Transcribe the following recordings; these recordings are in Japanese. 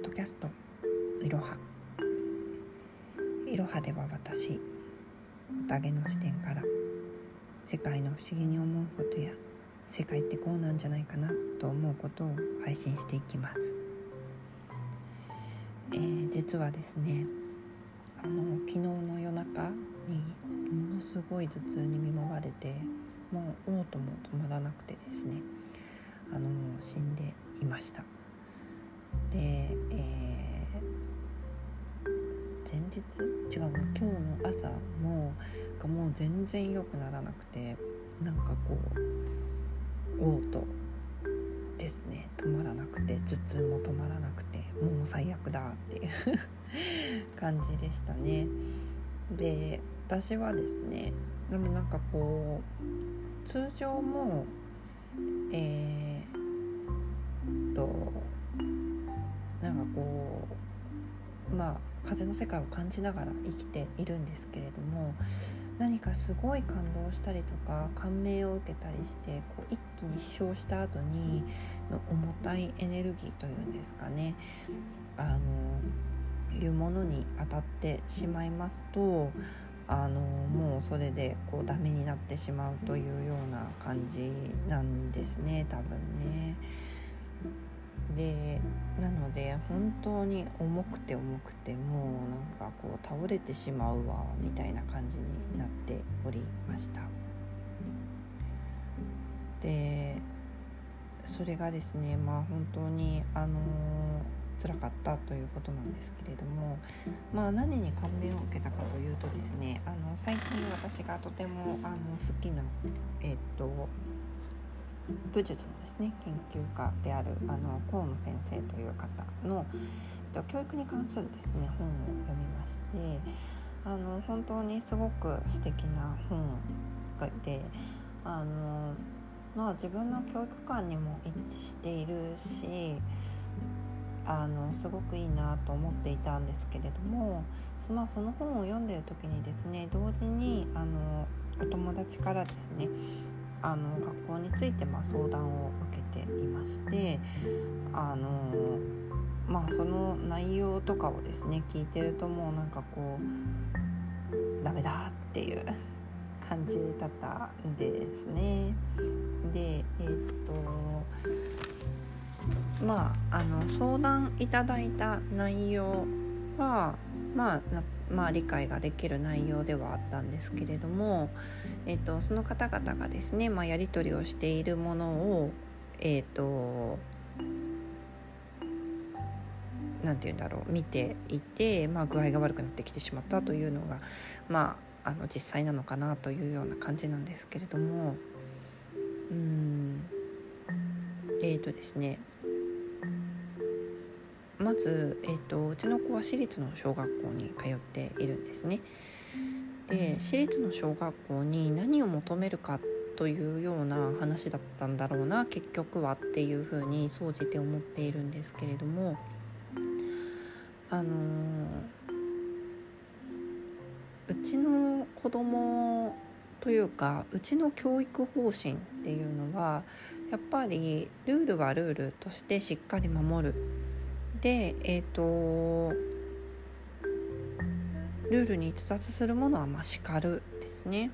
ドキャストいろはでは私おたげの視点から世界の不思議に思うことや世界ってこうなんじゃないかなと思うことを配信していきます。実はですね昨日の夜中にものすごい頭痛に見舞われて、もう嘔吐も止まらなくてですね死んでいました。で、今日の朝もう全然良くならなくて、嘔吐ですね、止まらなくて、頭痛も止まらなくて、もう最悪だっていう感じでしたね。で、私はですね通常も風の世界を感じながら生きているんですけれども、何かすごい感動したりとか感銘を受けたりして、一気に飛翔した後にの重たいエネルギーというんですかね、いうものに当たってしまいますと、もうそれでダメになってしまうというような感じなんですね、多分ね。でなので本当に重くてもう倒れてしまうわみたいな感じになっておりました。でそれがですね本当に辛かったということなんですけれども、何に感銘を受けたかというとですね、最近私がとても好きな武術のですね研究家である河野先生という方の、教育に関するですね本を読みまして、本当にすごく素敵な本で、自分の教育観にも一致しているし、すごくいいなと思っていたんですけれども、その本を読んでいる時にですね、同時にお友達からですね学校について相談を受けていまして、その内容とかをですね聞いてると、もうダメだっていう感じだったんですね。で相談いただいた内容は理解ができる内容ではあったんですけれども、その方々がですね、やり取りをしているものを見ていて、具合が悪くなってきてしまったというのが実際なのかなというような感じなんですけれども、ですね、まず、うちの子は私立の小学校に通っているんですね。で、私立の小学校に何を求めるかというような話だったんだろうな、結局はっていうふうに総じて思っているんですけれども、うちの子供というか、うちの教育方針っていうのはやっぱりルールはルールとしてしっかり守る。で、ルールに逸脱するものは叱るですね。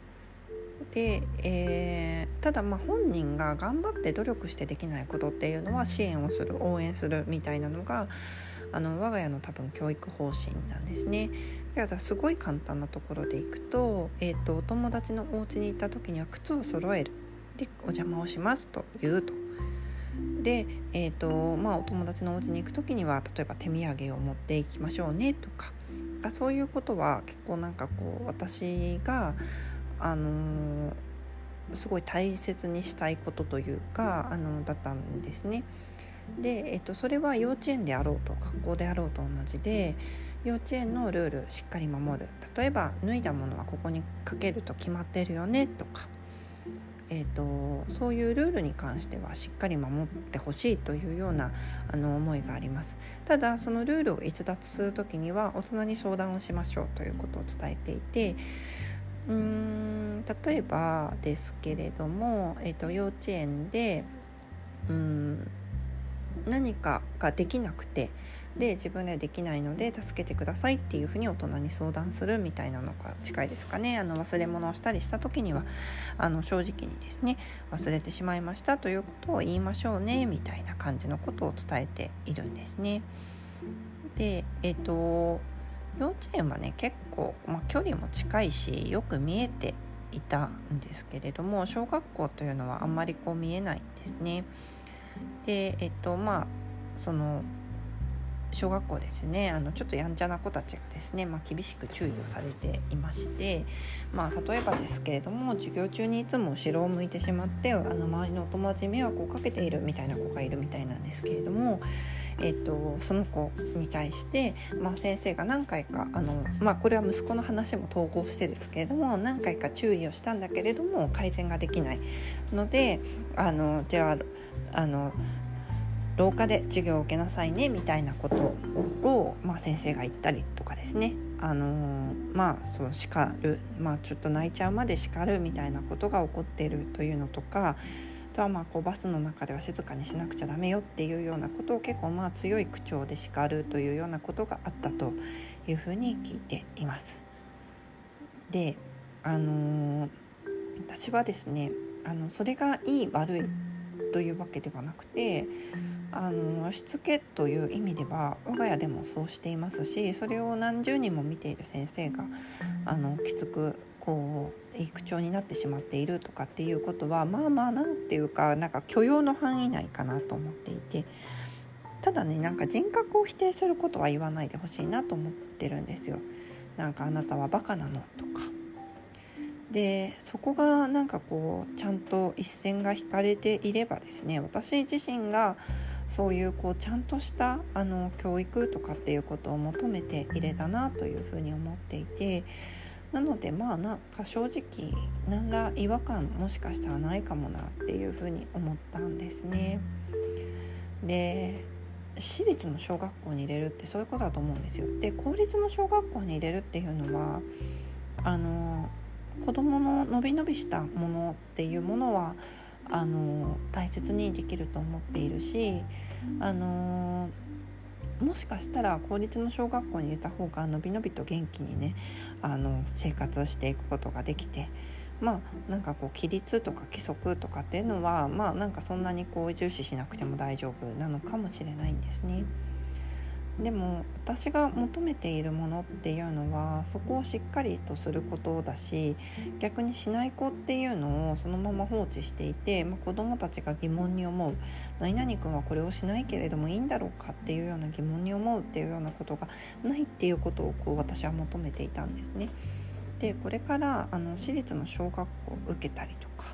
で、ただ本人が頑張って努力してできないことっていうのは支援をする、応援するみたいなのが我が家の多分教育方針なんですね。だからすごい簡単なところでいくと、お友達のお家に行った時には靴を揃える、でお邪魔をしますと言うと。で、お友達のお家に行く時には例えば手土産を持っていきましょうねとか、そういうことは結構私がすごい大切にしたいことというかだったんですね。で、それは幼稚園であろうと学校であろうと同じで、幼稚園のルールしっかり守る。例えば脱いだものはここにかけると決まってるよねとか、そういうルールに関してはしっかり守ってほしいというような思いがあります。ただそのルールを逸脱するときには大人に相談をしましょうということを伝えていて、例えばですけれども、幼稚園で何かができなくてで自分ではできないので助けてくださいっていうふうに大人に相談するみたいなのが近いですかね。忘れ物をしたりした時には正直にですね、忘れてしまいましたということを言いましょうねみたいな感じのことを伝えているんですね。で幼稚園はね結構、距離も近いしよく見えていたんですけれども、小学校というのはあんまり見えないんですね。でその小学校ですね、ちょっとやんちゃな子たちがですね、厳しく注意をされていまして、例えばですけれども、授業中にいつも後ろを向いてしまって周りのお友達に迷惑をかけているみたいな子がいるみたいなんですけれども、その子に対して、先生が何回かこれは息子の話も統合してですけれども、何回か注意をしたんだけれども改善ができないので、じゃあ廊下で授業を受けなさいねみたいなことを、先生が言ったりとかですね、そう叱る、ちょっと泣いちゃうまで叱るみたいなことが起こっているというのとか、あとはバスの中では静かにしなくちゃダメよっていうようなことを結構強い口調で叱るというようなことがあったというふうに聞いています。で、私はですね、それがいい悪いというわけではなくて、しつけという意味では我が家でもそうしていますし、それを何十人も見ている先生がきつくいい口調になってしまっているとかっていうことはなんていうか許容の範囲内かなと思っていて、ただね人格を否定することは言わないでほしいなと思ってるんですよ。あなたはバカなのとかで、そこがちゃんと一線が引かれていればですね、私自身がそういうちゃんとした教育とかっていうことを求めていれたなというふうに思っていて、なので正直何ら違和感もしかしたらないかもなっていうふうに思ったんですね。で、私立の小学校に入れるってそういうことだと思うんですよ。で、公立の小学校に入れるっていうのは子どもののびのびしたものっていうものは大切にできると思っているし、もしかしたら公立の小学校に入れた方がのびのびと元気にね生活をしていくことができて、規律とか規則とかっていうのはそんなに重視しなくても大丈夫なのかもしれないんですね。でも私が求めているものっていうのはそこをしっかりとすることだし、逆にしない子っていうのをそのまま放置していて、子どもたちが疑問に思う、何々君はこれをしないけれどもいいんだろうかっていうような疑問に思うっていうようなことがないっていうことを私は求めていたんですね。で、これから私立の小学校を受けたりとか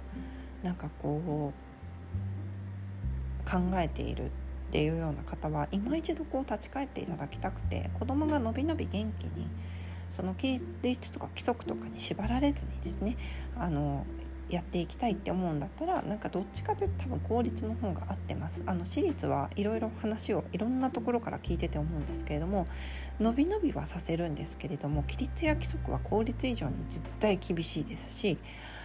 考えているっていうような方は今一度立ち返っていただきたくて、子どもがのびのび元気にその規律とか規則とかに縛られずにですねやっていきたいって思うんだったらどっちかというと多分公立の方が合ってます。私立はいろいろ話をいろんなところから聞いてて思うんですけれども、のびのびはさせるんですけれども規律や規則は公立以上に絶対厳しいですし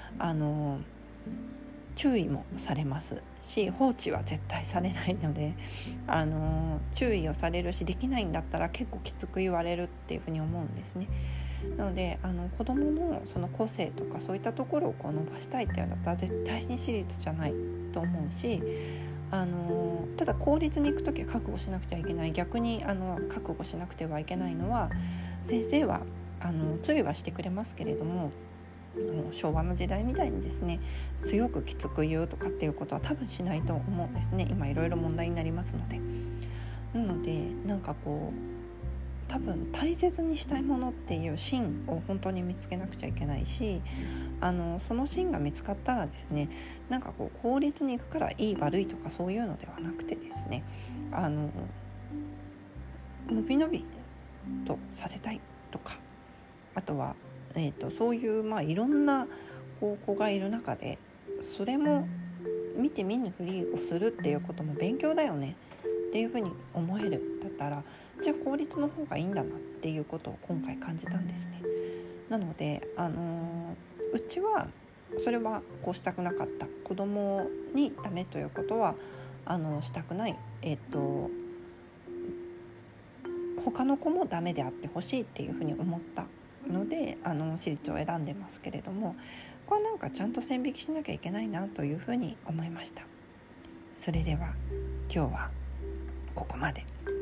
注意もされますし、放置は絶対されないので注意をされるし、できないんだったら結構きつく言われるっていうふうに思うんですね。なので子どものその個性とかそういったところを伸ばしたいっていうんだったら絶対に私立じゃないと思うし、ただ公立に行くときは覚悟しなくちゃいけない。逆に覚悟しなくてはいけないのは、先生は注意はしてくれますけれども昭和の時代みたいにですね強くきつく言うとかっていうことは多分しないと思うんですね。今いろいろ問題になりますので。なので多分大切にしたいものっていう芯を本当に見つけなくちゃいけないし、その芯が見つかったらですね効率に行くからいい悪いとかそういうのではなくてですねのびのびとさせたいとか、あとはそういういろんな子がいる中でそれも見て見ぬふりをするっていうことも勉強だよねっていうふうに思えるだったら、じゃあ公立の方がいいんだなっていうことを今回感じたんですね。なのでうちはそれはこうしたくなかった。子供にダメということはしたくない、 他の子もダメであってほしいっていうふうに思ったので私立を選んでますけれども、これはなんかちゃんと線引きしなきゃいけないなというふうに思いました。それでは今日はここまで。